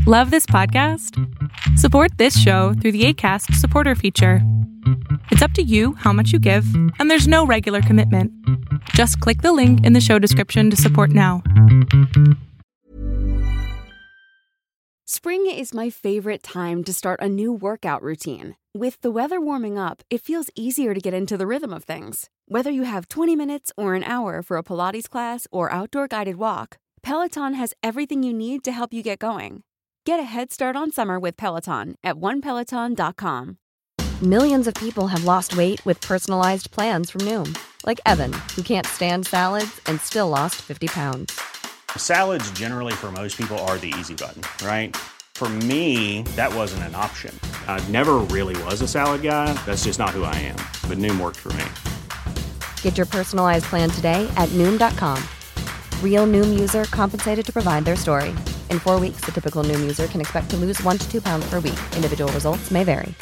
Love this podcast? Support this show through the Acast supporter feature. It's up to you how much you give, and there's no regular commitment. Just click the link in the show description to support now. Spring is my favorite time to start a new workout routine. With the weather warming up, it feels easier to get into the rhythm of things. Whether you have 20 minutes or an hour for a Pilates class or outdoor guided walk, Peloton has everything you need to help you get going. Get a head start on summer with Peloton at onepeloton.com. Millions of people have lost weight with personalized plans from Noom. Like Evan, who can't stand salads and still lost 50 pounds. Salads generally for most people are the easy button, right? For me, that wasn't an option. I never really was a salad guy. That's just not who I am. But Noom worked for me. Get your personalized plan today at Noom.com. Real Noom user compensated to provide their story. In 4 weeks, the typical Noom user can expect to lose 1 to 2 pounds per week. Individual results may vary.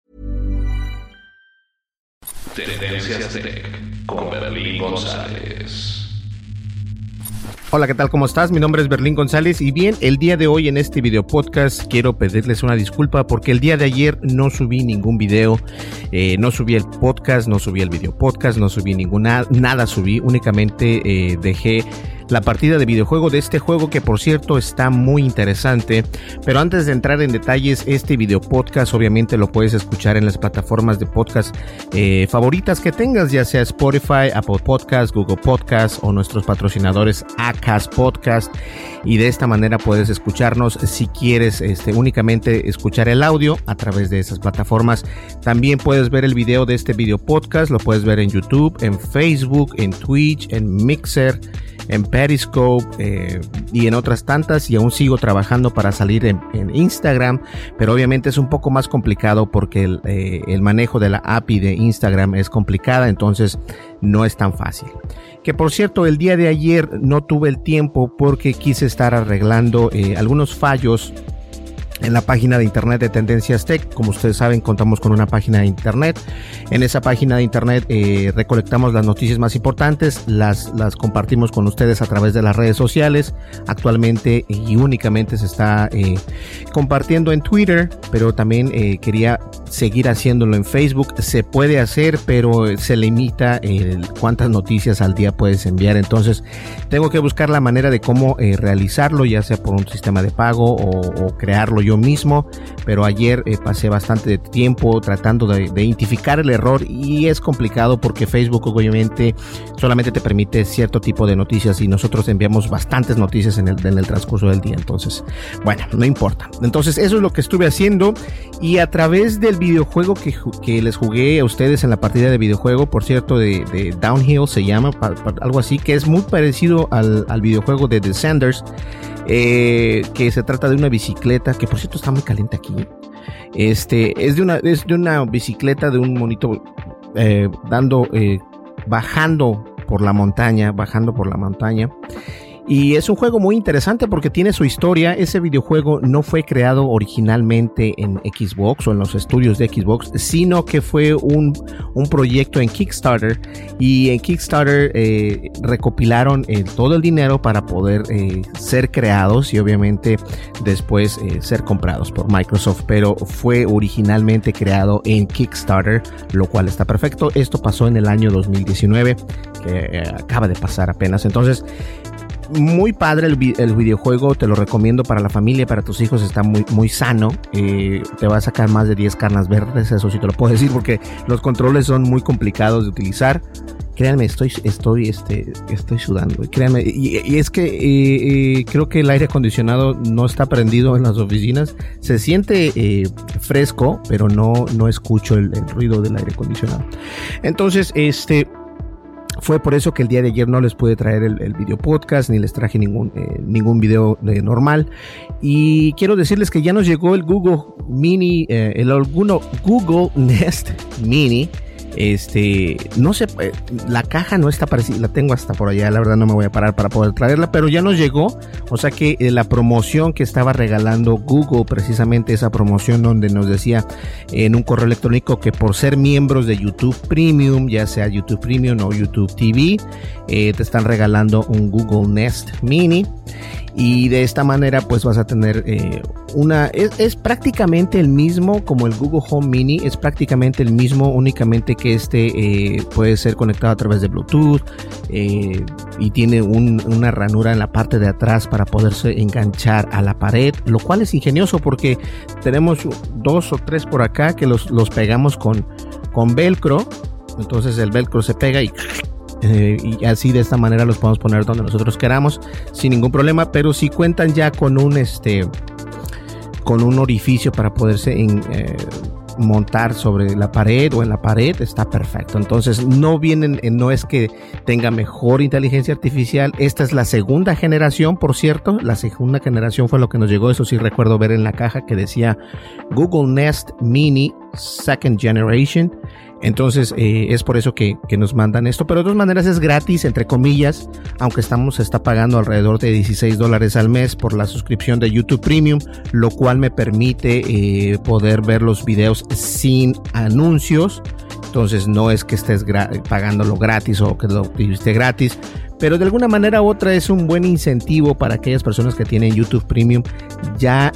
Tendencias Tech con Berlín González. Hola, ¿qué tal? ¿Cómo estás? Mi nombre es Berlín González y bien, el día de hoy en este video podcast quiero pedirles una disculpa porque el día de ayer no subí ningún video, no subí el podcast, no subí el video podcast, no subí nada subí, únicamente dejé la partida de videojuego de este juego que por cierto está muy interesante, pero antes de entrar en detalles, este video podcast obviamente lo puedes escuchar en las plataformas de podcast favoritas que tengas, ya sea Spotify, Apple Podcast, Google Podcast o nuestros patrocinadores Acast Podcast, y de esta manera puedes escucharnos si quieres únicamente escuchar el audio a través de esas plataformas. También puedes ver el video de este video podcast, lo puedes ver en YouTube, en Facebook, en Twitch, en Mixer, en Periscope y en otras tantas, y aún sigo trabajando para salir en Instagram, pero obviamente es un poco más complicado porque el manejo de la API de Instagram es complicada, entonces no es tan fácil. Que por cierto, el día de ayer no tuve el tiempo porque quise estar arreglando algunos fallos en la página de internet de Tendencias Tech. Como ustedes saben, contamos con una página de internet. En esa página de internet recolectamos las noticias más importantes, las compartimos con ustedes a través de las redes sociales. Actualmente y únicamente se está compartiendo en Twitter, pero también quería seguir haciéndolo en Facebook. Se puede hacer, pero se limita cuántas noticias al día puedes enviar. Entonces tengo que buscar la manera de cómo realizarlo, ya sea por un sistema de pago o crearlo yo mismo, pero ayer pasé bastante tiempo tratando de identificar el error, y es complicado porque Facebook obviamente solamente te permite cierto tipo de noticias y nosotros enviamos bastantes noticias en el transcurso del día. Entonces, bueno, no importa. Entonces eso es lo que estuve haciendo, y a través del videojuego que les jugué a ustedes en la partida de videojuego, por cierto, de Downhill se llama, algo así, que es muy parecido al videojuego de Descenders, que se trata de una bicicleta, que por cierto está muy caliente aquí. Es de una bicicleta de un monito bajando por la montaña. Y es un juego muy interesante porque tiene su historia. Ese videojuego no fue creado originalmente en Xbox o en los estudios de Xbox, sino que fue un proyecto en Kickstarter, y en Kickstarter recopilaron todo el dinero para poder ser creados y obviamente después ser comprados por Microsoft, pero fue originalmente creado en Kickstarter, lo cual está perfecto. Esto pasó en el año 2019, que acaba de pasar apenas. Entonces, muy padre el videojuego, te lo recomiendo para la familia, para tus hijos, está muy, muy sano. Te va a sacar más de 10 canas verdes, eso sí te lo puedo decir, porque los controles son muy complicados de utilizar. Créanme, estoy sudando, créanme, y es que creo que el aire acondicionado no está prendido en las oficinas. Se siente fresco, pero no escucho el ruido del aire acondicionado. Entonces, fue por eso que el día de ayer no les pude traer el video podcast, ni les traje ningún video normal. Y quiero decirles que ya nos llegó el Google Mini, Google Nest Mini. No sé, la caja no está parecida, la tengo hasta por allá, la verdad no me voy a parar para poder traerla, pero ya nos llegó. O sea que la promoción que estaba regalando Google, precisamente esa promoción donde nos decía en un correo electrónico que por ser miembros de YouTube Premium, ya sea YouTube Premium o YouTube TV, te están regalando un Google Nest Mini. y de esta manera pues vas a tener es prácticamente el mismo como el Google Home Mini, es prácticamente el mismo, únicamente que puede ser conectado a través de Bluetooth y tiene una ranura en la parte de atrás para poderse enganchar a la pared, lo cual es ingenioso porque tenemos 2 o 3 por acá que los pegamos con velcro, entonces el velcro se pega y así de esta manera los podemos poner donde nosotros queramos sin ningún problema, pero si cuentan ya con un orificio para poderse montar sobre la pared o en la pared, está perfecto. Entonces no es que tenga mejor inteligencia artificial. Esta es la segunda generación, por cierto. La segunda generación fue lo que nos llegó. Eso sí recuerdo ver en la caja que decía Google Nest Mini Second Generation. Entonces es por eso que nos mandan esto, pero de todas maneras es gratis, entre comillas, aunque se está pagando alrededor de $16 al mes por la suscripción de YouTube Premium, lo cual me permite poder ver los videos sin anuncios. Entonces no es que estés pagándolo gratis o que lo esté gratis, pero de alguna manera u otra es un buen incentivo para aquellas personas que tienen YouTube Premium. Ya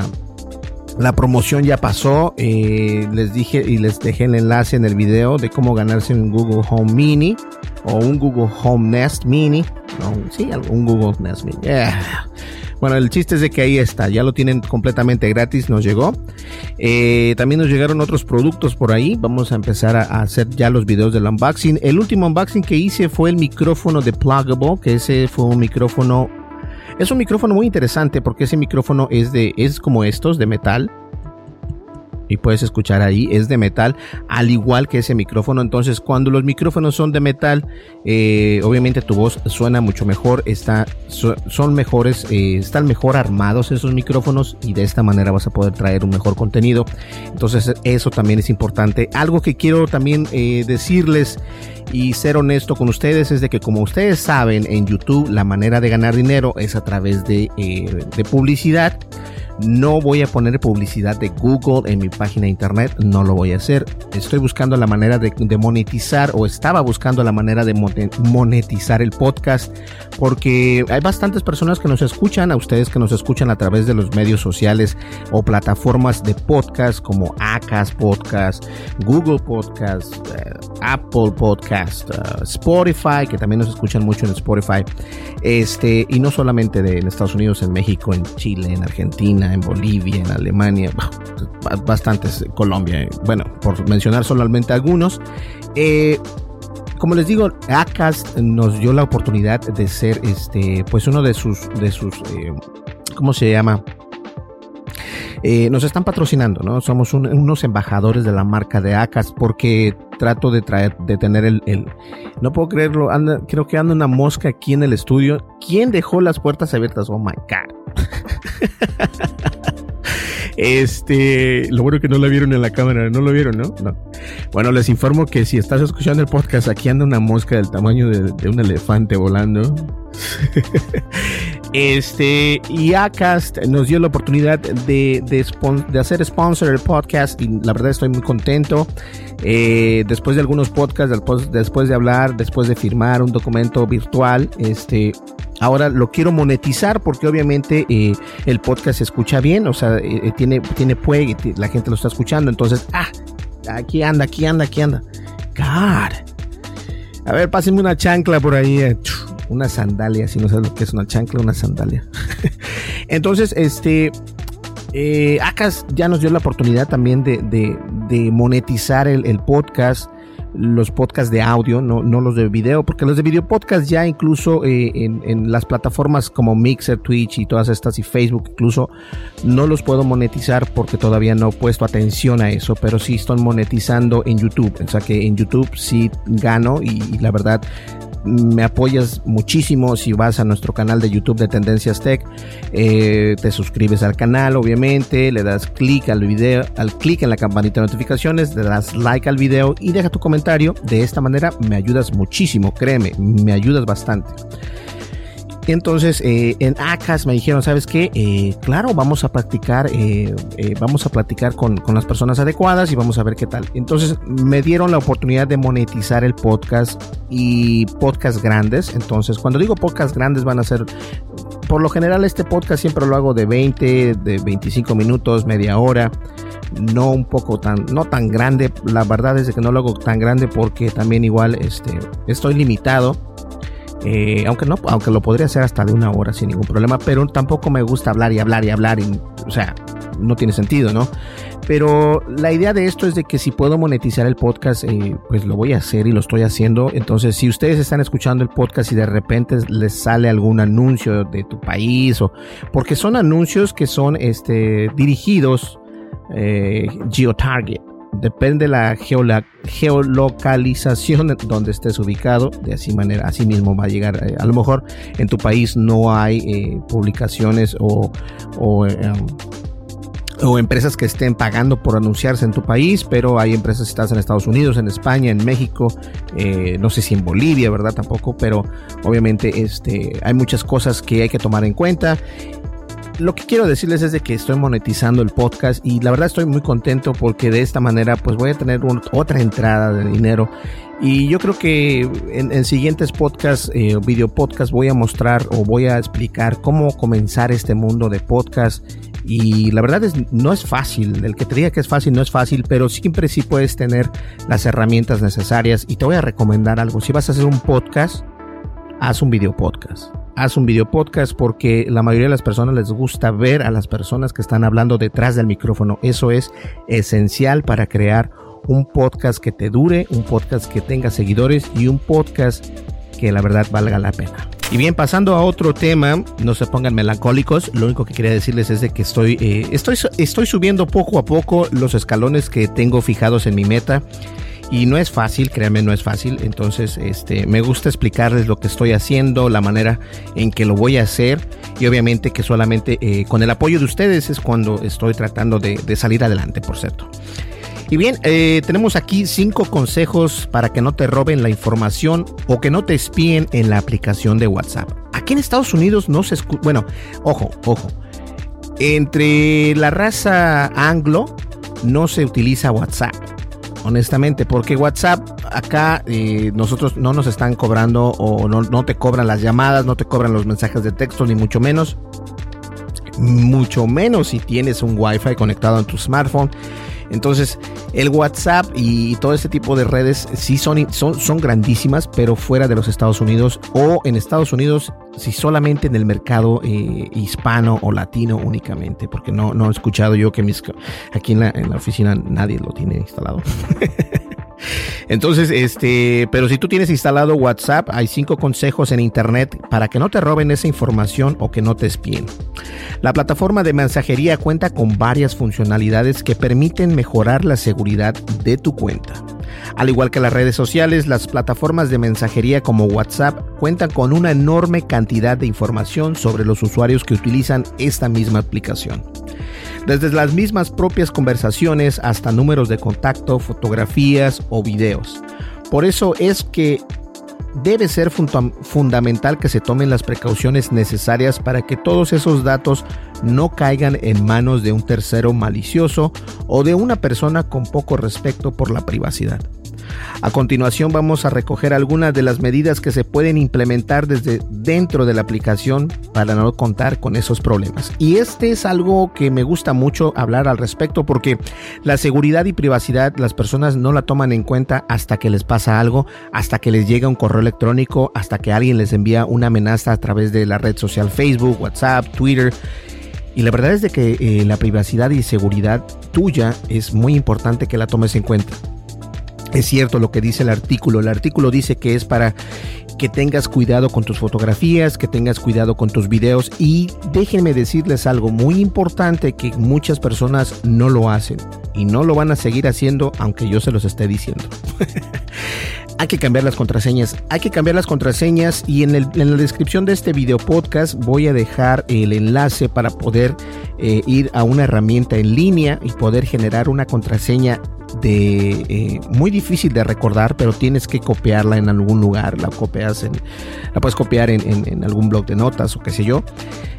la promoción ya pasó, les dije y les dejé el enlace en el video de cómo ganarse un Google Home Mini o un Google Home Nest Mini. Un Google Nest Mini. Bueno, el chiste es de que ahí está, ya lo tienen completamente gratis, nos llegó. También nos llegaron otros productos por ahí. Vamos a empezar a hacer ya los videos del unboxing. El último unboxing que hice fue el micrófono de Plugable, que ese fue un micrófono. Es un micrófono muy interesante porque ese micrófono es como estos, de metal. Y puedes escuchar ahí, es de metal, al igual que ese micrófono. Entonces, cuando los micrófonos son de metal, obviamente tu voz suena mucho mejor, son mejores, están mejor armados esos micrófonos y de esta manera vas a poder traer un mejor contenido. Entonces, eso también es importante. Algo que quiero también decirles y ser honesto con ustedes es de que, como ustedes saben, en YouTube la manera de ganar dinero es a través de publicidad. No voy a poner publicidad de Google en mi página de internet, no lo voy a hacer. Estoy buscando la manera de monetizar, o estaba buscando la manera de monetizar el podcast, porque hay bastantes personas que nos escuchan, a ustedes que nos escuchan a través de los medios sociales o plataformas de podcast como Acast Podcast, Google Podcast, Apple Podcast, Spotify, que también nos escuchan mucho en Spotify, y no solamente en Estados Unidos, en México, en Chile, en Argentina, en Bolivia, en Alemania, bastantes, Colombia, bueno, por mencionar solamente algunos. Como les digo, Acast nos dio la oportunidad de ser pues uno de sus ¿cómo se llama? Nos están patrocinando, ¿no? Somos unos embajadores de la marca de Acast, porque trato de tener no puedo creerlo, creo que anda una mosca aquí en el estudio. ¿Quién dejó las puertas abiertas? Oh my God. Lo bueno que no la vieron en la cámara, ¿no lo vieron, no? No. Bueno, les informo que si estás escuchando el podcast, aquí anda una mosca del tamaño de un elefante volando. Y Acast nos dio la oportunidad de hacer sponsor el podcast, y la verdad estoy muy contento. Después de algunos podcasts, después de hablar, después de firmar un documento virtual, ahora lo quiero monetizar, porque obviamente el podcast se escucha bien, o sea, tiene la gente lo está escuchando, entonces, aquí anda. God. A ver, pásenme una chancla por ahí, una sandalia, si no sabes lo que es una chancla, una sandalia. Entonces, Acast ya nos dio la oportunidad también de monetizar el podcast, los podcasts de audio, no los de video, porque los de video podcast ya incluso en las plataformas como Mixer, Twitch y todas estas, y Facebook incluso, no los puedo monetizar porque todavía no he puesto atención a eso, pero sí estoy monetizando en YouTube. O sea que en YouTube sí gano, y la verdad me apoyas muchísimo si vas a nuestro canal de YouTube de Tendencias Tech, te suscribes al canal, obviamente, le das clic al video, clic en la campanita de notificaciones, le das like al video y deja tu comentario. De esta manera me ayudas muchísimo, créeme, me ayudas bastante. Entonces en Acast me dijeron, ¿sabes qué? Claro, vamos a practicar con las personas adecuadas y vamos a ver qué tal. Entonces me dieron la oportunidad de monetizar el podcast y podcasts grandes. Entonces, cuando digo podcasts grandes, van a ser por lo general este podcast siempre lo hago de 20, de 25 minutos, media hora. No tan grande. La verdad es que no lo hago tan grande porque también igual estoy limitado. Aunque lo podría hacer hasta de 1 hora sin ningún problema, pero tampoco me gusta hablar y o sea, no tiene sentido, ¿no? Pero la idea de esto es de que si puedo monetizar el podcast, pues lo voy a hacer y lo estoy haciendo. Entonces, si ustedes están escuchando el podcast y de repente les sale algún anuncio de tu país, o porque son anuncios que son dirigidos geotarget. Depende de la geolocalización donde estés ubicado, de así mismo va a llegar. A lo mejor en tu país no hay publicaciones o empresas que estén pagando por anunciarse en tu país, pero hay empresas, si estás en Estados Unidos, en España, en México, no sé si en Bolivia, ¿verdad? Tampoco, pero obviamente hay muchas cosas que hay que tomar en cuenta. Lo que quiero decirles es de que estoy monetizando el podcast y la verdad estoy muy contento porque de esta manera pues voy a tener otra entrada de dinero. Y yo creo que en siguientes podcasts, video podcasts, voy a mostrar o voy a explicar cómo comenzar este mundo de podcast. Y la verdad no es fácil. El que te diga que es fácil no es fácil, pero siempre sí puedes tener las herramientas necesarias. Y te voy a recomendar algo. Si vas a hacer un podcast, haz un video podcast. Haz un video podcast porque la mayoría de las personas les gusta ver a las personas que están hablando detrás del micrófono. Eso es esencial para crear un podcast que te dure, un podcast que tenga seguidores y un podcast que la verdad valga la pena. Y bien, pasando a otro tema, no se pongan melancólicos. Lo único que quería decirles es de que estoy subiendo poco a poco los escalones que tengo fijados en mi meta. Y no es fácil, créanme, no es fácil. Entonces, me gusta explicarles lo que estoy haciendo, la manera en que lo voy a hacer. Y obviamente que solamente con el apoyo de ustedes es cuando estoy tratando de salir adelante, por cierto. Y bien, tenemos aquí 5 consejos para que no te roben la información o que no te espíen en la aplicación de WhatsApp. Aquí en Estados Unidos no se escucha... Bueno, ojo. Entre la raza anglo no se utiliza WhatsApp. Honestamente, porque WhatsApp acá nosotros no nos están cobrando o no te cobran las llamadas, no te cobran los mensajes de texto, ni mucho menos si tienes un Wi-Fi conectado en tu smartphone. Entonces el WhatsApp y todo este tipo de redes sí son grandísimas, pero fuera de los Estados Unidos, o en Estados Unidos sí solamente en el mercado hispano o latino únicamente, porque no he escuchado yo que aquí en la oficina nadie lo tiene instalado. Entonces, pero si tú tienes instalado WhatsApp, hay 5 consejos en internet para que no te roben esa información o que no te espíen. La plataforma de mensajería cuenta con varias funcionalidades que permiten mejorar la seguridad de tu cuenta. Al igual que las redes sociales, las plataformas de mensajería como WhatsApp cuentan con una enorme cantidad de información sobre los usuarios que utilizan esta misma aplicación. Desde las mismas propias conversaciones hasta números de contacto, fotografías o videos. Por eso es que debe ser fundamental que se tomen las precauciones necesarias para que todos esos datos no caigan en manos de un tercero malicioso o de una persona con poco respeto por la privacidad. A continuación vamos a recoger algunas de las medidas que se pueden implementar desde dentro de la aplicación para no contar con esos problemas. Y es algo que me gusta mucho hablar al respecto, porque la seguridad y privacidad las personas no la toman en cuenta hasta que les pasa algo, hasta que les llega un correo electrónico, hasta que alguien les envía una amenaza a través de la red social Facebook, WhatsApp, Twitter. Y la verdad es de que la privacidad y seguridad tuya es muy importante que la tomes en cuenta. Es cierto lo que dice el artículo. El artículo dice que es para que tengas cuidado con tus fotografías, que tengas cuidado con tus videos. Y déjenme decirles algo muy importante que muchas personas no lo hacen. Y no lo van a seguir haciendo aunque yo se los esté diciendo. Hay que cambiar las contraseñas. Y en la descripción de este video podcast voy a dejar el enlace para poder ir a una herramienta en línea y poder generar una contraseña muy difícil de recordar, pero tienes que copiarla en algún lugar. La puedes copiar en algún blog de notas o qué sé yo.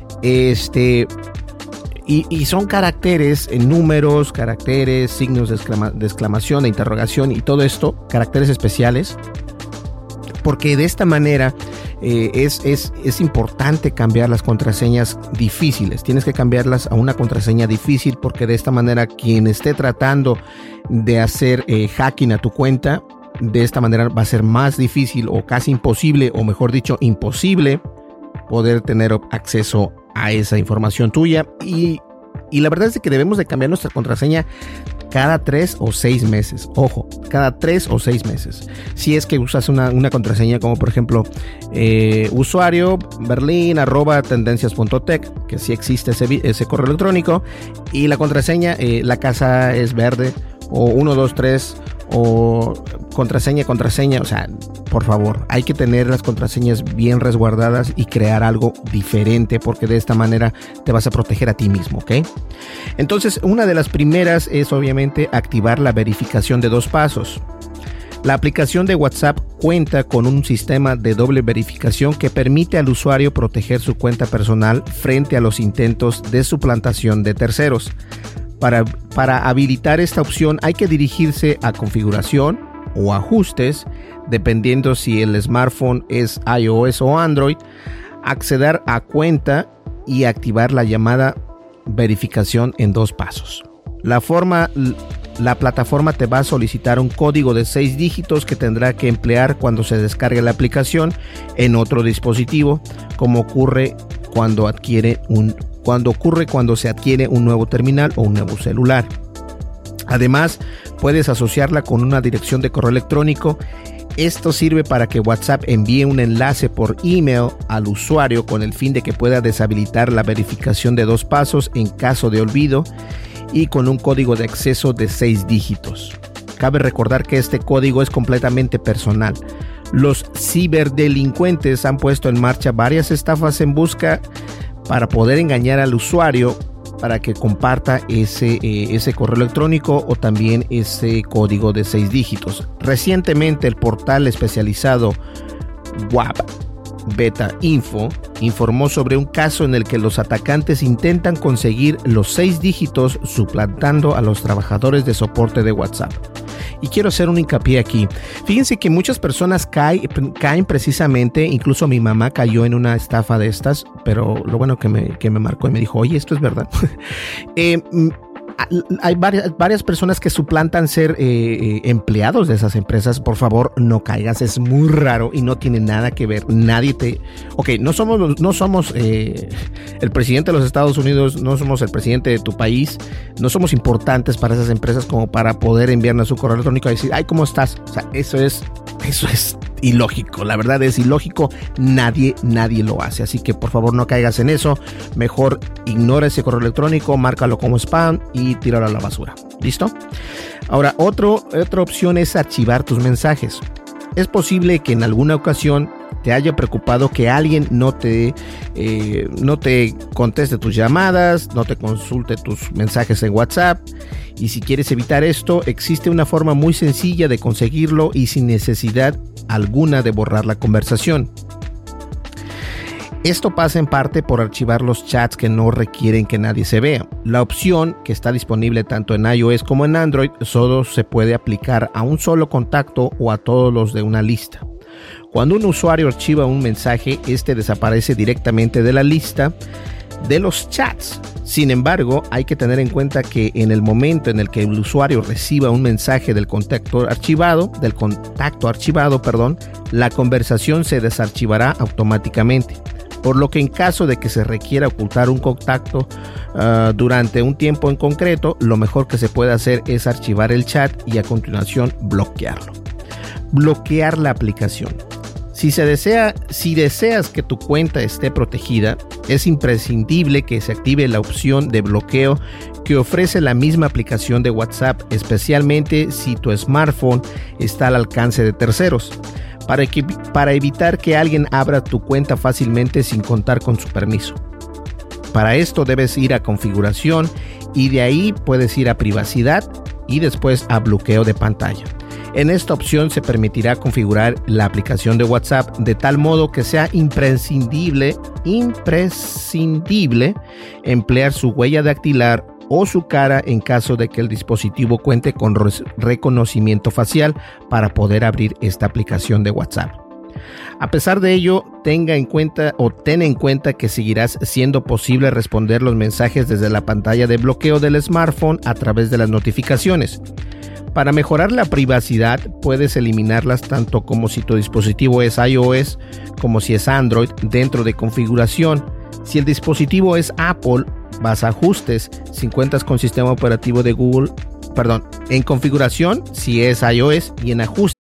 Y son caracteres, números, caracteres, signos de exclamación, de interrogación y todo esto, caracteres especiales. porque de esta manera es importante cambiar las contraseñas difíciles. Tienes que cambiarlas a una contraseña difícil, porque de esta manera quien esté tratando de hacer hacking a tu cuenta, de esta manera va a ser más difícil o casi imposible, o mejor dicho, imposible poder tener acceso a esa información tuya. Y la verdad es que debemos de cambiar nuestra contraseña cada 3 o 6 meses. Ojo, cada 3 o 6 meses. Si es que usas una contraseña como por ejemplo usuario berlin@tendencias.tech, que sí existe ese correo electrónico, y la contraseña, la casa es verde, o 123, o contraseña, o sea, por favor, hay que tener las contraseñas bien resguardadas y crear algo diferente, porque de esta manera te vas a proteger a ti mismo, ¿ok? Entonces, una de las primeras es obviamente activar la verificación de 2 pasos. La aplicación de WhatsApp cuenta con un sistema de doble verificación que permite al usuario proteger su cuenta personal frente a los intentos de suplantación de terceros. Para habilitar esta opción hay que dirigirse a configuración o ajustes, dependiendo si el smartphone es iOS o Android, acceder a cuenta y activar la llamada verificación en 2 pasos. La plataforma te va a solicitar un código de 6 dígitos que tendrá que emplear cuando se descargue la aplicación en otro dispositivo, como ocurre cuando se adquiere un nuevo terminal o un nuevo celular. Además, puedes asociarla con una dirección de correo electrónico. Esto sirve para que WhatsApp envíe un enlace por email al usuario con el fin de que pueda deshabilitar la verificación de 2 pasos en caso de olvido, y con un código de acceso de 6 dígitos. Cabe recordar que este código es completamente personal. Los ciberdelincuentes han puesto en marcha varias estafas en busca para poder engañar al usuario para que comparta ese correo electrónico o también ese código de 6 dígitos. Recientemente el portal especializado WAP Beta Info informó sobre un caso en el que los atacantes intentan conseguir los 6 dígitos suplantando a los trabajadores de soporte de WhatsApp. Y quiero hacer un hincapié aquí. Fíjense que muchas personas caen precisamente, incluso mi mamá cayó en una estafa de estas, pero lo bueno que me marcó y me dijo, oye, esto es verdad. Hay varias personas que suplantan ser empleados de esas empresas. Por favor, no caigas, es muy raro y no tiene nada que ver. No somos el presidente de los Estados Unidos, no somos el presidente de tu país, no somos importantes para esas empresas como para poder enviarnos su correo electrónico y decir, ay, ¿cómo estás? O sea, eso es ilógico, la verdad es ilógico, nadie lo hace, así que por favor no caigas en eso, mejor ignora ese correo electrónico, márcalo como spam y tíralo a la basura, ¿listo? Ahora, otra opción es archivar tus mensajes. Es posible que en alguna ocasión te haya preocupado que alguien no te conteste tus llamadas, no te consulte tus mensajes en WhatsApp. Y si quieres evitar esto, existe una forma muy sencilla de conseguirlo y sin necesidad alguna de borrar la conversación. Esto pasa en parte por archivar los chats que no requieren que nadie se vea. La opción, que está disponible tanto en iOS como en Android, solo se puede aplicar a un solo contacto o a todos los de una lista. Cuando un usuario archiva un mensaje, este desaparece directamente de la lista de los chats. Sin embargo, hay que tener en cuenta que en el momento en el que el usuario reciba un mensaje del contacto archivado, la conversación se desarchivará automáticamente. Por lo que en caso de que se requiera ocultar un contacto durante un tiempo en concreto, lo mejor que se puede hacer es archivar el chat y a continuación bloquearlo. Bloquear la aplicación. Si deseas que tu cuenta esté protegida, es imprescindible que se active la opción de bloqueo que ofrece la misma aplicación de WhatsApp, especialmente si tu smartphone está al alcance de terceros, para evitar que alguien abra tu cuenta fácilmente sin contar con su permiso. Para esto debes ir a configuración y de ahí puedes ir a privacidad y después a bloqueo de pantalla. En esta opción se permitirá configurar la aplicación de WhatsApp de tal modo que sea imprescindible emplear su huella dactilar o su cara en caso de que el dispositivo cuente con reconocimiento facial para poder abrir esta aplicación de WhatsApp. A pesar de ello, ten en cuenta que seguirás siendo posible responder los mensajes desde la pantalla de bloqueo del smartphone a través de las notificaciones. Para mejorar la privacidad, puedes eliminarlas tanto como si tu dispositivo es iOS como si es Android dentro de configuración. Si el dispositivo es Apple, vas a ajustes, si cuentas con sistema operativo de Google, en configuración si es iOS y en ajustes.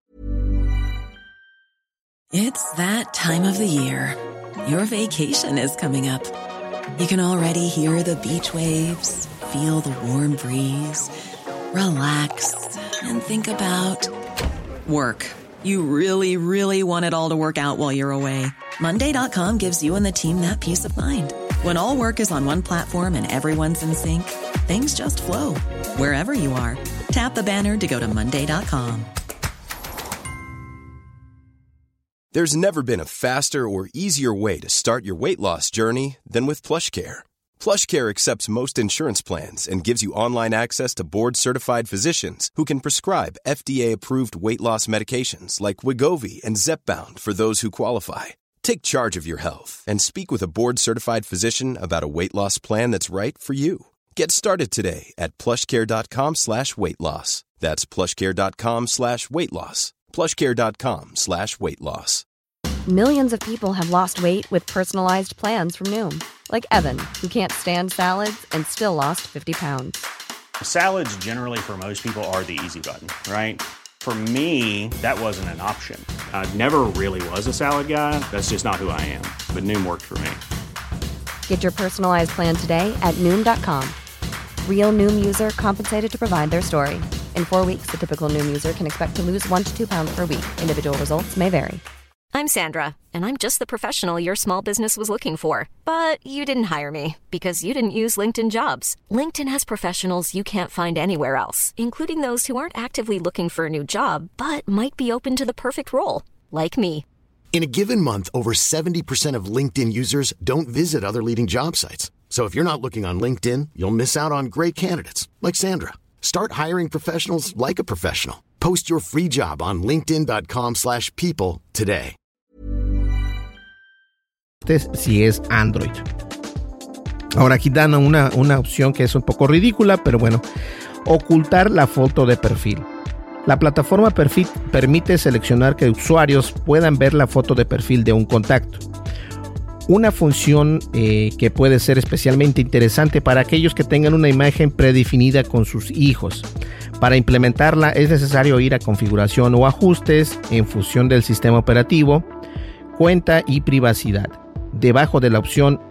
It's that time of the year. Your vacation is coming up. You can already hear the beach waves, feel the warm breeze, relax, and think about work. You really, really want it all to work out while you're away. Monday.com gives you and the team that peace of mind. When all work is on one platform and everyone's in sync, things just flow. Wherever you are, tap the banner to go to Monday.com. There's never been a faster or easier way to start your weight loss journey than with PlushCare. PlushCare accepts most insurance plans and gives you online access to board-certified physicians who can prescribe FDA-approved weight loss medications like Wegovy and Zepbound for those who qualify. Take charge of your health and speak with a board-certified physician about a weight loss plan that's right for you. Get started today at plushcare.com/weight loss. That's plushcare.com/weight loss. plushcare.com/weight loss. Millions of people have lost weight with personalized plans from Noom. Like Evan, who can't stand salads and still lost 50 pounds. Salads generally for most people are the easy button, right? For me, that wasn't an option. I never really was a salad guy. That's just not who I am. But Noom worked for me. Get your personalized plan today at Noom.com. Real Noom user compensated to provide their story. In 4 weeks, the typical Noom user can expect to lose 1 to 2 pounds per week. Individual results may vary. I'm Sandra, and I'm just the professional your small business was looking for. But you didn't hire me because you didn't use LinkedIn Jobs. LinkedIn has professionals you can't find anywhere else, including those who aren't actively looking for a new job, but might be open to the perfect role, like me. In a given month, over 70% of LinkedIn users don't visit other leading job sites. So if you're not looking on LinkedIn, you'll miss out on great candidates, like Sandra. Start hiring professionals like a professional. Post your free job on linkedin.com/people today. Si es Android. Ahora aquí dan una opción que es un poco ridícula, pero bueno, ocultar la foto de perfil. La plataforma permite seleccionar que usuarios puedan ver la foto de perfil de un contacto. Una función que puede ser especialmente interesante para aquellos que tengan una imagen predefinida con sus hijos. Para implementarla es necesario ir a configuración o ajustes en función del sistema operativo, cuenta y privacidad. Debajo de la opción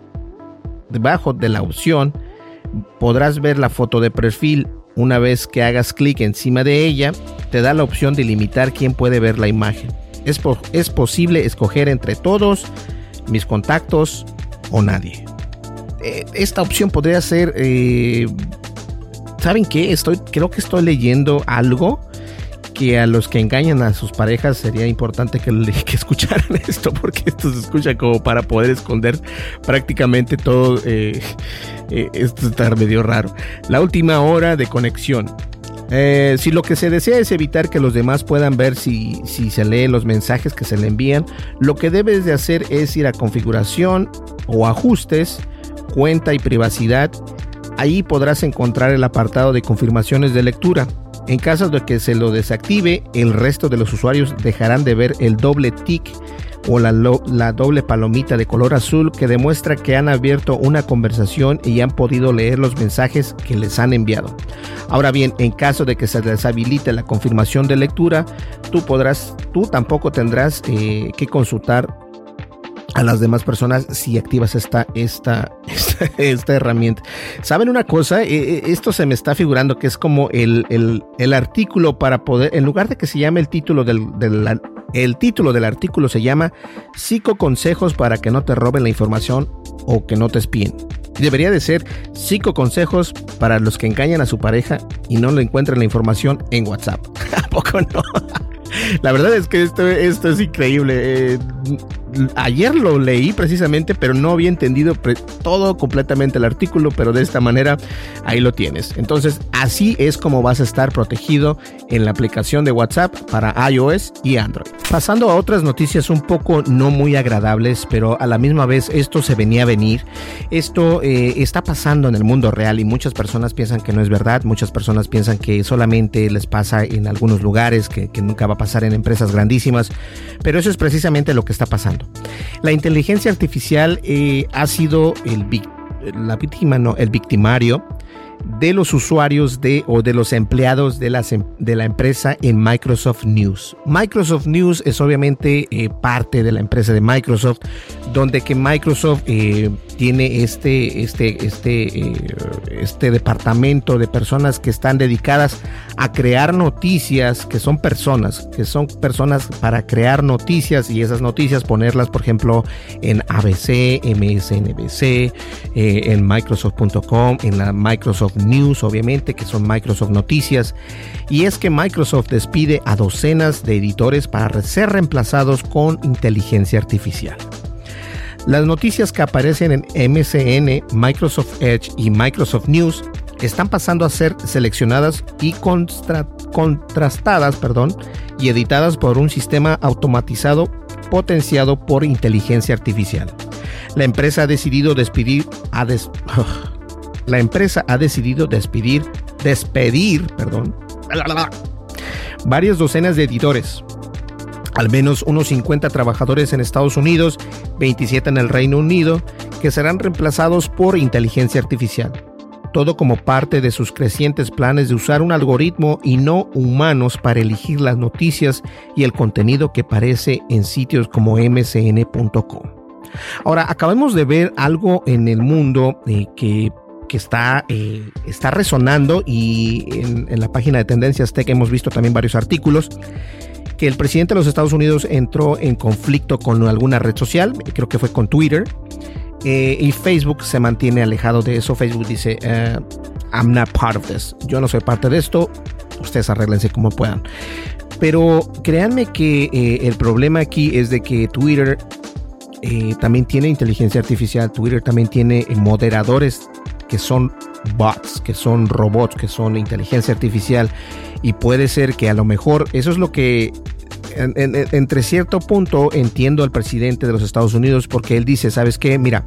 podrás ver la foto de perfil. Una vez que hagas clic encima de ella, te da la opción de limitar quién puede ver la imagen. Es posible escoger entre todos, mis contactos o nadie. Esta opción podría ser... ¿saben qué? Creo que estoy leyendo algo que a los que engañan a sus parejas sería importante que escucharan esto, porque esto se escucha como para poder esconder prácticamente todo. Esto está medio raro. La última hora de conexión. Si lo que se desea es evitar que los demás puedan ver si se leen los mensajes que se le envían, lo que debes de hacer es ir a configuración o ajustes, cuenta y privacidad. Ahí podrás encontrar el apartado de confirmaciones de lectura. En caso de que se lo desactive, el resto de los usuarios dejarán de ver el doble tick o la doble palomita de color azul que demuestra que han abierto una conversación y han podido leer los mensajes que les han enviado. Ahora bien, en caso de que se deshabilite la confirmación de lectura, tú tampoco tendrás que consultar a las demás personas si activas esta herramienta. ¿Saben una cosa? Esto se me está figurando que es como el artículo para poder, en lugar de que se llame el título el título del artículo se llama 5 consejos para que no te roben la información o que no te espíen. Debería de ser 5 consejos para los que engañan a su pareja y no le encuentran la información en WhatsApp. ¿A poco no? La verdad es que esto es increíble. Ayer lo leí precisamente, pero no había entendido todo completamente el artículo, pero de esta manera ahí lo tienes. Entonces, así es como vas a estar protegido en la aplicación de WhatsApp para iOS y Android. Pasando a otras noticias un poco no muy agradables, pero a la misma vez esto se venía a venir. Esto está pasando en el mundo real y muchas personas piensan que no es verdad. Muchas personas piensan que solamente les pasa en algunos lugares, que nunca va a pasar en empresas grandísimas. Pero eso es precisamente lo que está pasando. La inteligencia artificial ha sido el victimario de los usuarios o de los empleados de la empresa en Microsoft News. Microsoft News es obviamente parte de la empresa de Microsoft, donde que Microsoft tiene este departamento de personas que están dedicadas a crear noticias, que son personas para crear noticias y esas noticias ponerlas, por ejemplo, en ABC, MSNBC, en Microsoft.com, en la Microsoft News, obviamente, que son Microsoft Noticias. Y es que Microsoft despide a docenas de editores para ser reemplazados con inteligencia artificial. Las noticias que aparecen en MSN, Microsoft Edge y Microsoft News están pasando a ser seleccionadas y contrastadas, y editadas por un sistema automatizado potenciado por inteligencia artificial. La empresa ha decidido despedir varias docenas de editores, al menos unos 50 trabajadores en Estados Unidos, 27 en el Reino Unido, que serán reemplazados por inteligencia artificial. Todo como parte de sus crecientes planes de usar un algoritmo y no humanos para elegir las noticias y el contenido que aparece en sitios como msn.com. Ahora, acabamos de ver algo en el mundo que está resonando, y en la página de Tendencias Tech hemos visto también varios artículos, que el presidente de los Estados Unidos entró en conflicto con alguna red social, creo que fue con Twitter, y Facebook se mantiene alejado de eso. Facebook dice, I'm not part of this, yo no soy parte de esto, ustedes arréglense como puedan. Pero créanme que el problema aquí es de que Twitter también tiene inteligencia artificial. Twitter también tiene moderadores que son bots, que son robots, que son inteligencia artificial, y puede ser que a lo mejor eso es lo que entre cierto punto entiendo al presidente de los Estados Unidos, porque él dice, ¿sabes qué? Mira,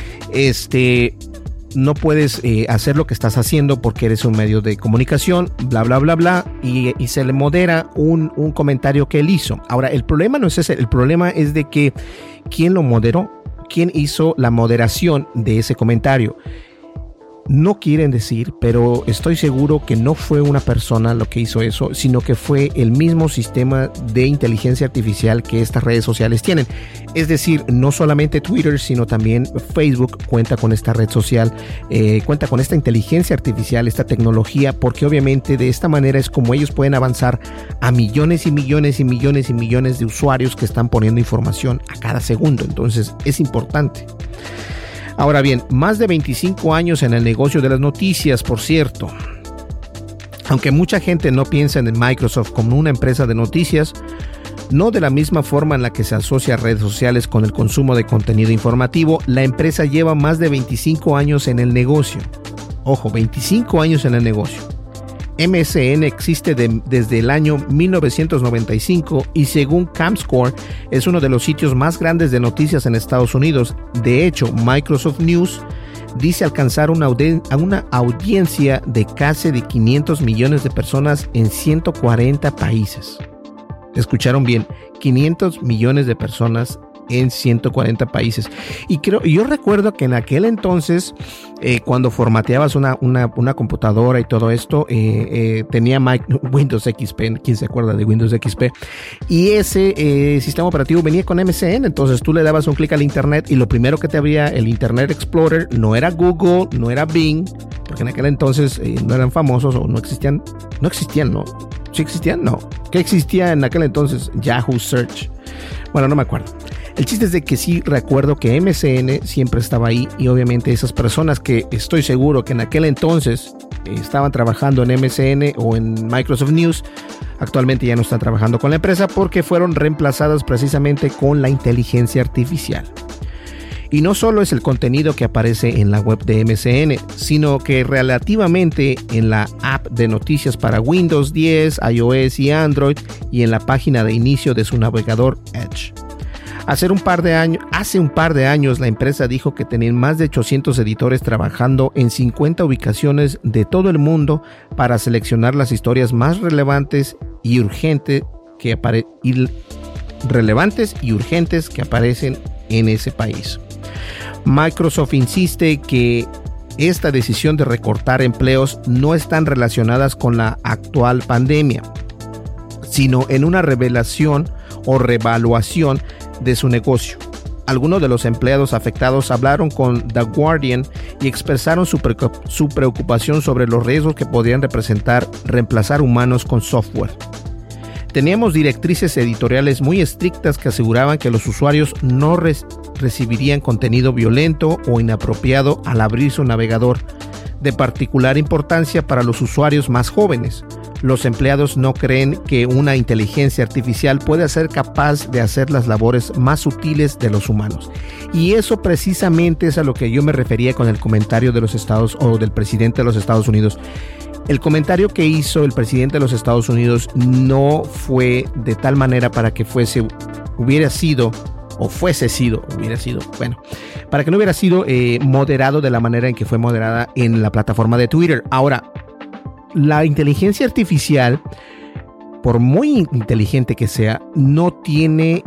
no puedes hacer lo que estás haciendo porque eres un medio de comunicación, bla, bla, bla, bla, y se le modera un comentario que él hizo. Ahora, el problema no es ese, el problema es de que ¿quién lo moderó? ¿Quién hizo la moderación de ese comentario? No quieren decir, pero estoy seguro que no fue una persona lo que hizo eso, sino que fue el mismo sistema de inteligencia artificial que estas redes sociales tienen. Es decir, no solamente Twitter, sino también Facebook cuenta con esta red social, cuenta con esta inteligencia artificial, esta tecnología, porque obviamente de esta manera es como ellos pueden avanzar a millones y millones y millones y millones de usuarios que están poniendo información a cada segundo. Entonces es importante. Ahora bien, más de 25 años en el negocio de las noticias, por cierto. Aunque mucha gente no piensa en Microsoft como una empresa de noticias, no de la misma forma en la que se asocia redes sociales con el consumo de contenido informativo, la empresa lleva más de 25 años en el negocio. Ojo, 25 años en el negocio. MSN existe desde el año 1995 y según ComScore es uno de los sitios más grandes de noticias en Estados Unidos. De hecho, Microsoft News dice alcanzar una audiencia de casi de 500 millones de personas en 140 países. Escucharon bien, 500 millones de personas en 140 países. Y yo recuerdo que en aquel entonces, cuando formateabas una computadora y todo esto, tenía Windows XP. ¿Quién se acuerda de Windows XP? Y ese sistema operativo venía con MSN. Entonces tú le dabas un clic al internet y lo primero que te abría el Internet Explorer no era Google, no era Bing, porque en aquel entonces no eran famosos o no existían, ¿no? ¿Sí existían? No. ¿Qué existía en aquel entonces? Yahoo Search. Bueno, no me acuerdo. El chiste es de que sí recuerdo que MSN siempre estaba ahí, y obviamente esas personas que estoy seguro que en aquel entonces estaban trabajando en MSN o en Microsoft News, actualmente ya no están trabajando con la empresa porque fueron reemplazadas precisamente con la inteligencia artificial. Y no solo es el contenido que aparece en la web de MSN, sino que relativamente en la app de noticias para Windows 10, iOS y Android y en la página de inicio de su navegador Edge. Hace un par de años la empresa dijo que tenían más de 800 editores trabajando en 50 ubicaciones de todo el mundo para seleccionar las historias más relevantes y urgentes que aparecen en ese país. Microsoft insiste que esta decisión de recortar empleos no están relacionadas con la actual pandemia, sino en una revelación o revaluación de su negocio. Algunos de los empleados afectados hablaron con The Guardian y expresaron su preocupación sobre los riesgos que podrían reemplazar humanos con software. Teníamos directrices editoriales muy estrictas que aseguraban que los usuarios no recibirían contenido violento o inapropiado al abrir su navegador, de particular importancia para los usuarios más jóvenes. Los empleados no creen que una inteligencia artificial pueda ser capaz de hacer las labores más sutiles de los humanos. Y eso precisamente es a lo que yo me refería con el comentario de los del presidente de los Estados Unidos. El comentario que hizo el presidente de los Estados Unidos no fue de tal manera para que para que no hubiera sido moderado de la manera en que fue moderada en la plataforma de Twitter. Ahora, la inteligencia artificial, por muy inteligente que sea, no tiene,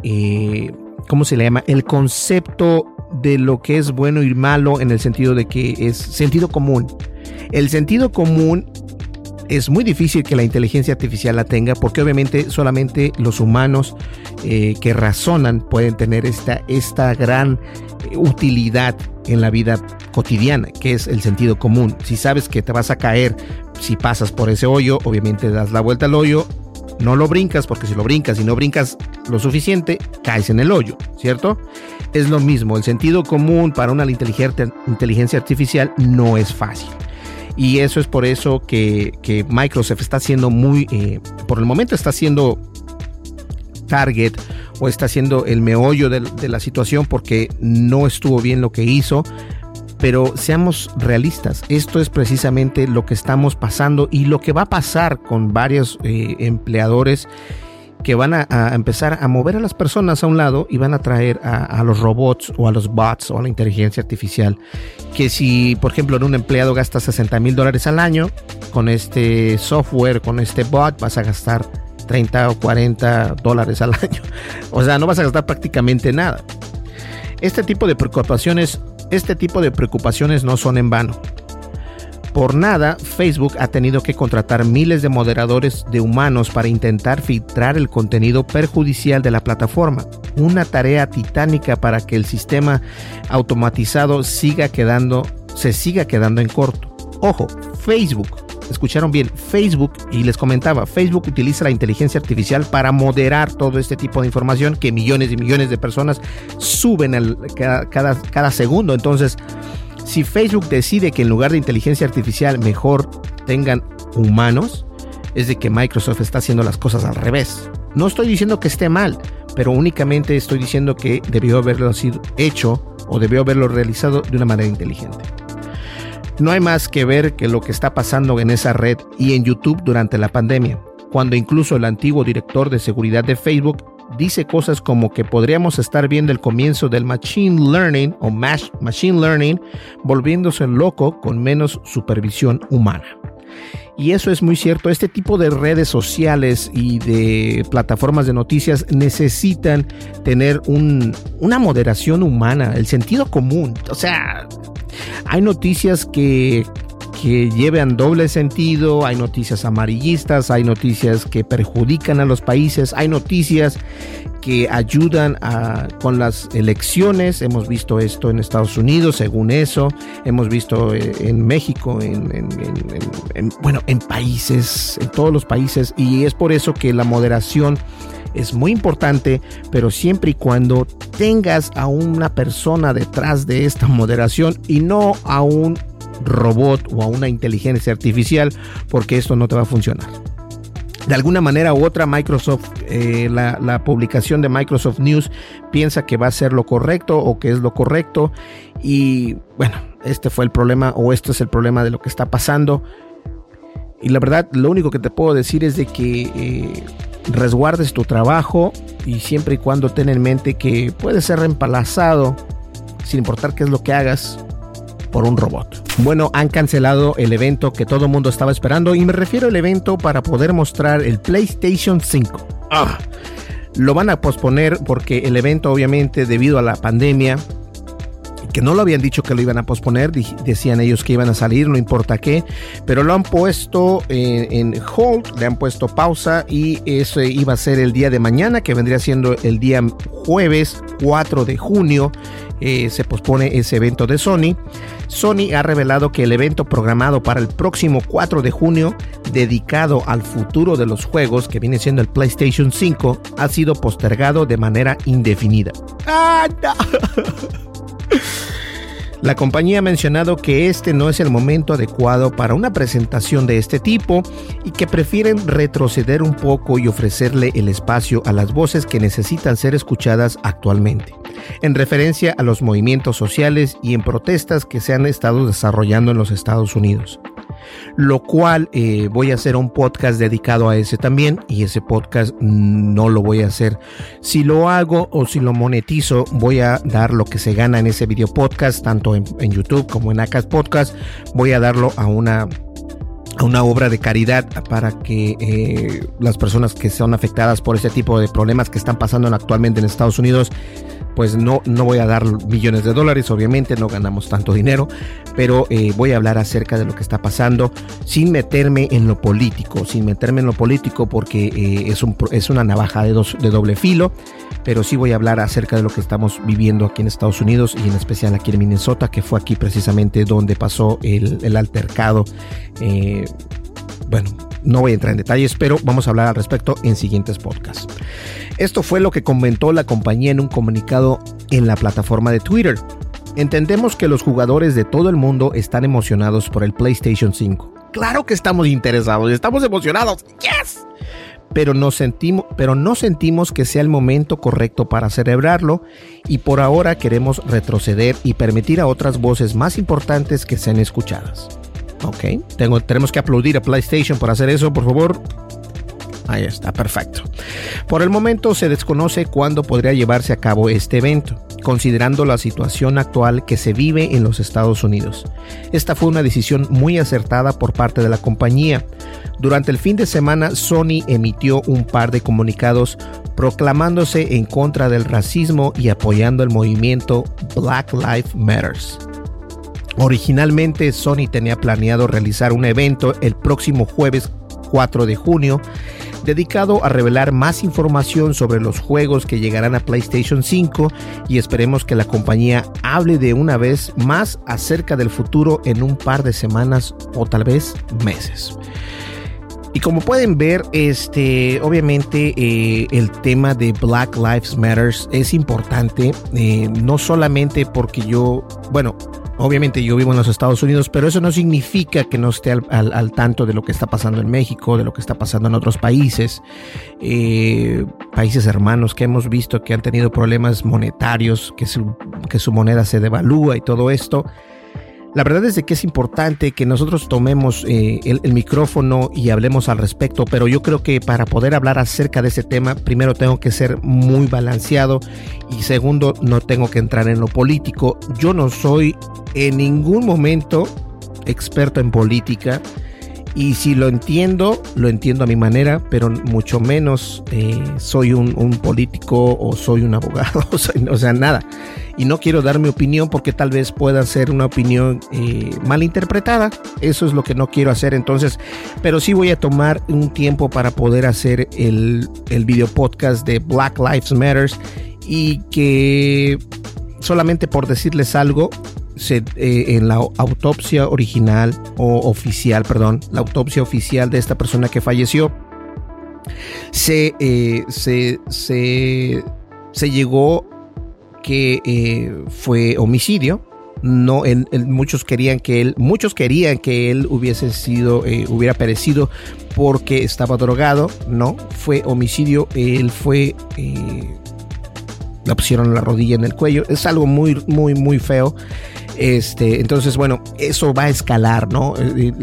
el concepto de lo que es bueno y malo en el sentido de que es sentido común. El sentido común es muy difícil que la inteligencia artificial la tenga, porque obviamente solamente los humanos que razonan pueden tener esta gran utilidad en la vida cotidiana, que es el sentido común. Si sabes que te vas a caer si pasas por ese hoyo, obviamente das la vuelta al hoyo, no lo brincas, porque si lo brincas y no brincas lo suficiente, caes en el hoyo, ¿cierto? Es lo mismo, el sentido común para una inteligencia artificial no es fácil. Y eso es por eso que Microsoft está siendo por el momento está siendo target o está siendo el meollo de la situación, porque no estuvo bien lo que hizo. Pero seamos realistas, esto es precisamente lo que estamos pasando y lo que va a pasar con varios empleadores que van a empezar a mover a las personas a un lado y van a traer a los robots o a los bots o a la inteligencia artificial. Que si, por ejemplo, en un empleado gastas $60,000 al año, con este software, con este bot, vas a gastar $30 o $40 al año. O sea, no vas a gastar prácticamente nada. Este tipo de preocupaciones no son en vano. Por nada, Facebook ha tenido que contratar miles de moderadores de humanos para intentar filtrar el contenido perjudicial de la plataforma. Una tarea titánica para que el sistema automatizado se siga quedando en corto. Ojo, Facebook, escucharon bien, Facebook, y les comentaba, Facebook utiliza la inteligencia artificial para moderar todo este tipo de información que millones y millones de personas suben cada segundo. Entonces, si Facebook decide que en lugar de inteligencia artificial mejor tengan humanos, es de que Microsoft está haciendo las cosas al revés. No estoy diciendo que esté mal, pero únicamente estoy diciendo que debió haberlo sido hecho o debió haberlo realizado de una manera inteligente. No hay más que ver que lo que está pasando en esa red y en YouTube durante la pandemia, cuando incluso el antiguo director de seguridad de Facebook dice cosas como que podríamos estar viendo el comienzo del machine learning volviéndose loco con menos supervisión humana. Y eso es muy cierto. Este tipo de redes sociales y de plataformas de noticias necesitan tener una moderación humana, el sentido común. O sea, hay noticias que llevan doble sentido, hay noticias amarillistas, hay noticias que perjudican a los países, hay noticias que ayudan con las elecciones. Hemos visto esto en Estados Unidos, según eso, hemos visto en México, en países, en todos los países, y es por eso que la moderación es muy importante, pero siempre y cuando tengas a una persona detrás de esta moderación y no a un robot o a una inteligencia artificial, porque esto no te va a funcionar. De alguna manera u otra, Microsoft, la publicación de Microsoft News piensa que va a ser lo correcto o que es lo correcto. Y bueno, este fue el problema, o este es el problema de lo que está pasando. Y la verdad, lo único que te puedo decir es de que resguardes tu trabajo, y siempre y cuando ten en mente que puedes ser reemplazado, sin importar qué es lo que hagas, por un robot. Bueno, han cancelado el evento que todo el mundo estaba esperando, y me refiero al evento para poder mostrar el PlayStation 5. Lo van a posponer porque el evento, obviamente, debido a la pandemia, que no lo habían dicho que lo iban a posponer, decían ellos que iban a salir, no importa qué, pero lo han puesto en hold, le han puesto pausa, y ese iba a ser el día de mañana, que vendría siendo el día jueves 4 de junio. Se pospone ese evento de Sony. Sony ha revelado que el evento programado para el próximo 4 de junio, dedicado al futuro de los juegos, que viene siendo el PlayStation 5, ha sido postergado de manera indefinida. No. La compañía ha mencionado que este no es el momento adecuado para una presentación de este tipo, y que prefieren retroceder un poco y ofrecerle el espacio a las voces que necesitan ser escuchadas actualmente, en referencia a los movimientos sociales y en protestas que se han estado desarrollando en los Estados Unidos. Lo cual voy a hacer un podcast dedicado a ese también, y ese podcast no lo voy a hacer. Si lo hago o si lo monetizo, voy a dar lo que se gana en ese video podcast, tanto en YouTube como en Acast Podcast. Voy a darlo a una obra de caridad para que las personas que son afectadas por ese tipo de problemas que están pasando actualmente en Estados Unidos, pues no voy a dar millones de dólares, obviamente no ganamos tanto dinero, pero voy a hablar acerca de lo que está pasando sin meterme en lo político, porque es una navaja de doble filo, pero sí voy a hablar acerca de lo que estamos viviendo aquí en Estados Unidos, y en especial aquí en Minnesota, que fue aquí precisamente donde pasó el altercado. Bueno, no voy a entrar en detalles, pero vamos a hablar al respecto en siguientes podcasts. Esto fue lo que comentó la compañía en un comunicado en la plataforma de Twitter. Entendemos que los jugadores de todo el mundo están emocionados por el PlayStation 5. Claro que estamos interesados, estamos emocionados. ¡Yes! Pero no sentimos que sea el momento correcto para celebrarlo, y por ahora queremos retroceder y permitir a otras voces más importantes que sean escuchadas. Ok, tenemos que aplaudir a PlayStation por hacer eso, por favor. Ahí está, perfecto. Por el momento se desconoce cuándo podría llevarse a cabo este evento, considerando la situación actual que se vive en los Estados Unidos. Esta fue una decisión muy acertada por parte de la compañía. Durante el fin de semana, Sony emitió un par de comunicados proclamándose en contra del racismo y apoyando el movimiento Black Lives Matter. Originalmente, Sony tenía planeado realizar un evento el próximo jueves 4 de junio, dedicado a revelar más información sobre los juegos que llegarán a PlayStation 5, y esperemos que la compañía hable de una vez más acerca del futuro en un par de semanas o tal vez meses. Y como pueden ver, obviamente el tema de Black Lives Matter es importante, no solamente porque obviamente yo vivo en los Estados Unidos, pero eso no significa que no esté al tanto de lo que está pasando en México, de lo que está pasando en otros países, países hermanos que hemos visto que han tenido problemas monetarios, que su moneda se devalúa y todo esto. La verdad es de que es importante que nosotros tomemos el micrófono y hablemos al respecto, pero yo creo que para poder hablar acerca de ese tema, primero tengo que ser muy balanceado, y segundo, no tengo que entrar en lo político. Yo no soy en ningún momento experto en política, y si lo entiendo a mi manera, pero mucho menos soy un político o soy un abogado, o sea, nada. Y no quiero dar mi opinión porque tal vez pueda ser una opinión mal interpretada. Eso es lo que no quiero hacer. Entonces, pero sí voy a tomar un tiempo para poder hacer el video podcast de Black Lives Matter, y que solamente por decirles algo, en la autopsia oficial de esta persona que falleció, se llegó que fue homicidio, No, muchos querían que él hubiera perecido porque estaba drogado. No, fue homicidio. Él fue, le pusieron la rodilla en el cuello. Es algo muy, muy, muy feo. Entonces, bueno, eso va a escalar, ¿no?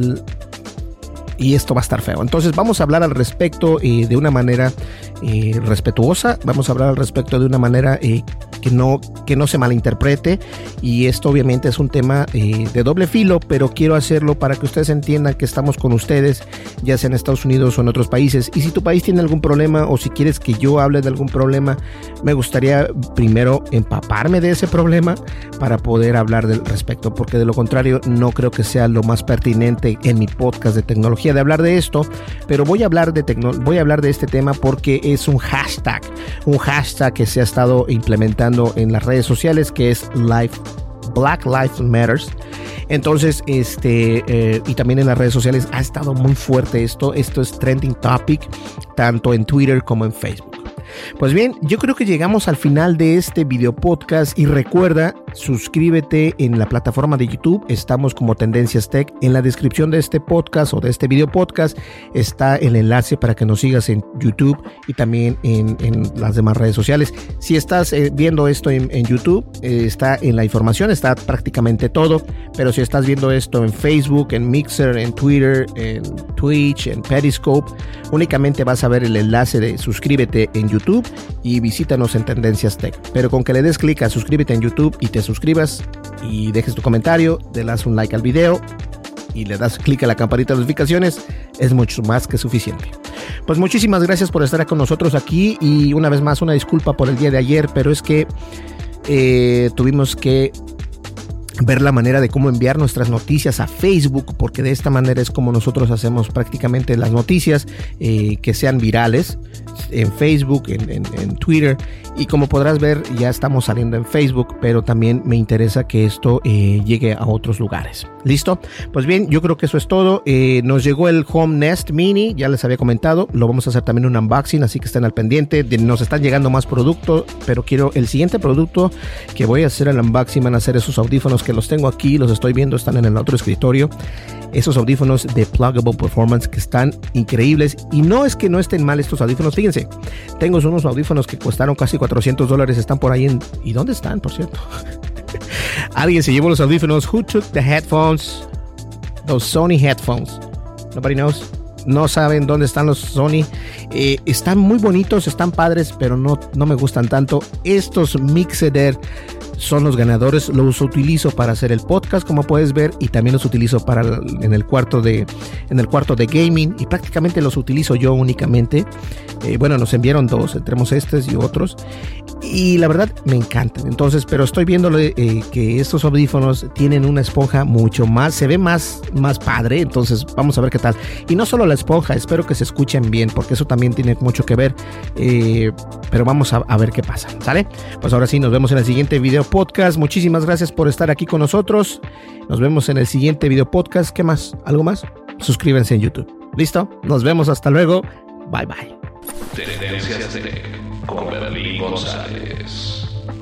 Y esto va a estar feo. Entonces vamos a hablar al respecto de una manera respetuosa. Vamos a hablar al respecto de una manera que no se malinterprete. Y esto obviamente es un tema de doble filo, pero quiero hacerlo para que ustedes entiendan que estamos con ustedes, ya sea en Estados Unidos o en otros países. Y si tu país tiene algún problema o si quieres que yo hable de algún problema, me gustaría primero empaparme de ese problema para poder hablar del respecto, porque de lo contrario no creo que sea lo más pertinente en mi podcast de tecnología de hablar de esto. Pero voy a hablar de este tema porque es un hashtag que se ha estado implementando en las redes sociales, que es Black Lives Matters. Entonces, y también en las redes sociales ha estado muy fuerte esto es trending topic, tanto en Twitter como en Facebook. Pues bien, yo creo que llegamos al final de este video podcast y recuerda, suscríbete en la plataforma de YouTube, estamos como Tendencias Tech. En la descripción de este podcast o de este video podcast está el enlace para que nos sigas en YouTube y también en las demás redes sociales. Si estás viendo esto en YouTube, está en la información, está prácticamente todo, pero si estás viendo esto en Facebook, en Mixer, en Twitter, en Twitch, en Periscope, únicamente vas a ver el enlace de suscríbete en YouTube y visítanos en Tendencias Tech. Pero con que le des clic a suscríbete en YouTube y te suscribas y dejes tu comentario, le das un like al video y le das clic a la campanita de notificaciones, es mucho más que suficiente. Pues muchísimas gracias por estar con nosotros aquí y una vez más una disculpa por el día de ayer, pero es que tuvimos que ver la manera de cómo enviar nuestras noticias a Facebook, porque de esta manera es como nosotros hacemos prácticamente las noticias que sean virales en Facebook, en Twitter, y como podrás ver ya estamos saliendo en Facebook, pero también me interesa que esto llegue a otros lugares. ¿Listo? Pues bien, yo creo que eso es todo. Nos llegó el Home Nest Mini, ya les había comentado, lo vamos a hacer también un unboxing, así que estén al pendiente. Nos están llegando más productos, pero quiero el siguiente producto que voy a hacer el unboxing, van a ser esos audífonos que los tengo aquí, los estoy viendo, están en el otro escritorio. Esos audífonos de Pluggable Performance que están increíbles, y no es que no estén mal estos audífonos, fíjense, tengo unos audífonos que costaron casi $400, están por ahí ¿y dónde están, por cierto? Alguien se llevó los audífonos. Who took the headphones? Those Sony headphones. Nobody knows. No saben dónde están los Sony. Están muy bonitos, están padres, pero no me gustan tanto. Estos Mixeder son los ganadores. Los utilizo para hacer el podcast, como puedes ver, y también los utilizo en el cuarto de gaming, y prácticamente los utilizo yo únicamente. Bueno, nos enviaron dos, tenemos estos y otros, y la verdad me encantan. Entonces, pero estoy viéndole que estos audífonos tienen una esponja mucho más, se ve más padre. Entonces vamos a ver qué tal. Y no solo la esponja, espero que se escuchen bien, porque eso también tiene mucho que ver. Pero vamos a ver qué pasa, ¿sale? Pues ahora sí, nos vemos en el siguiente video podcast. Muchísimas gracias por estar aquí con nosotros. Nos vemos en el siguiente video podcast. ¿Qué más? ¿Algo más? Suscríbanse en YouTube. ¿Listo? Nos vemos. Hasta luego. Bye bye. Tendencias Tech con Berlín González.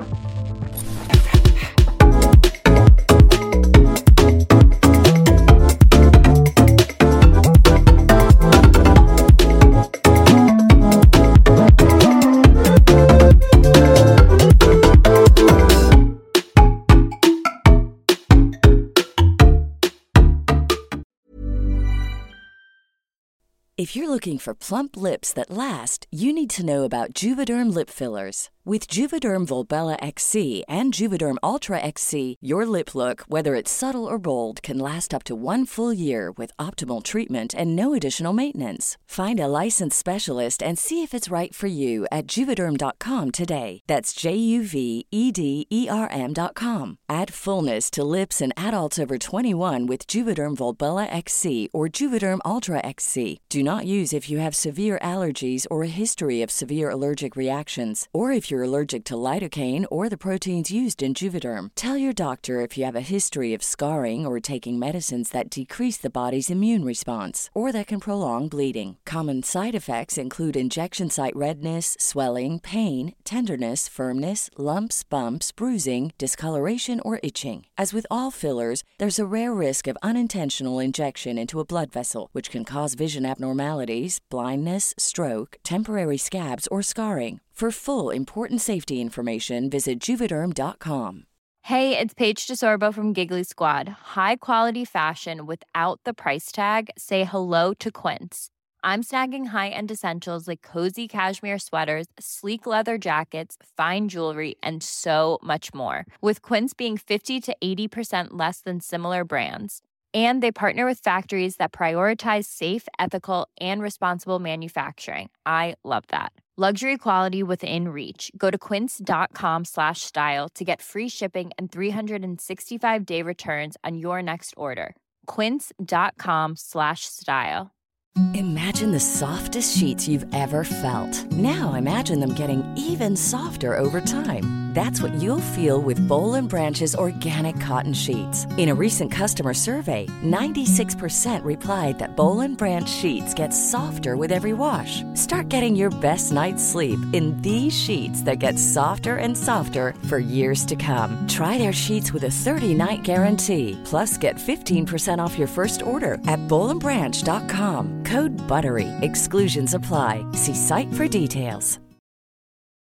If you're looking for plump lips that last, you need to know about Juvederm lip fillers. With Juvederm Volbella XC and Juvederm Ultra XC, your lip look, whether it's subtle or bold, can last up to 1 full year with optimal treatment and no additional maintenance. Find a licensed specialist and see if it's right for you at Juvederm.com today. That's JUVEDERM.com. Add fullness to lips in adults over 21 with Juvederm Volbella XC or Juvederm Ultra XC. Do not use if you have severe allergies or a history of severe allergic reactions, or if you're you're allergic to lidocaine or the proteins used in Juvederm. Tell your doctor if you have a history of scarring or taking medicines that decrease the body's immune response or that can prolong bleeding. Common side effects include injection site redness, swelling, pain, tenderness, firmness, lumps, bumps, bruising, discoloration, or itching. As with all fillers, there's a rare risk of unintentional injection into a blood vessel, which can cause vision abnormalities, blindness, stroke, temporary scabs, or scarring. For full, important safety information, visit Juvederm.com. Hey, it's Paige DeSorbo from Giggly Squad. High quality fashion without the price tag. Say hello to Quince. I'm snagging high-end essentials like cozy cashmere sweaters, sleek leather jackets, fine jewelry, and so much more. With Quince being 50 to 80% less than similar brands. And they partner with factories that prioritize safe, ethical, and responsible manufacturing. I love that. Luxury quality within reach. Go to quince.com/style to get free shipping and 365-day returns on your next order. Quince.com/style. Imagine the softest sheets you've ever felt. Now imagine them getting even softer over time. That's what you'll feel with Boll & Branch's organic cotton sheets. In a recent customer survey, 96% replied that Boll & Branch sheets get softer with every wash. Start getting your best night's sleep in these sheets that get softer and softer for years to come. Try their sheets with a 30-night guarantee. Plus, get 15% off your first order at BollandBranch.com. Code BUTTERY. Exclusions apply. See site for details.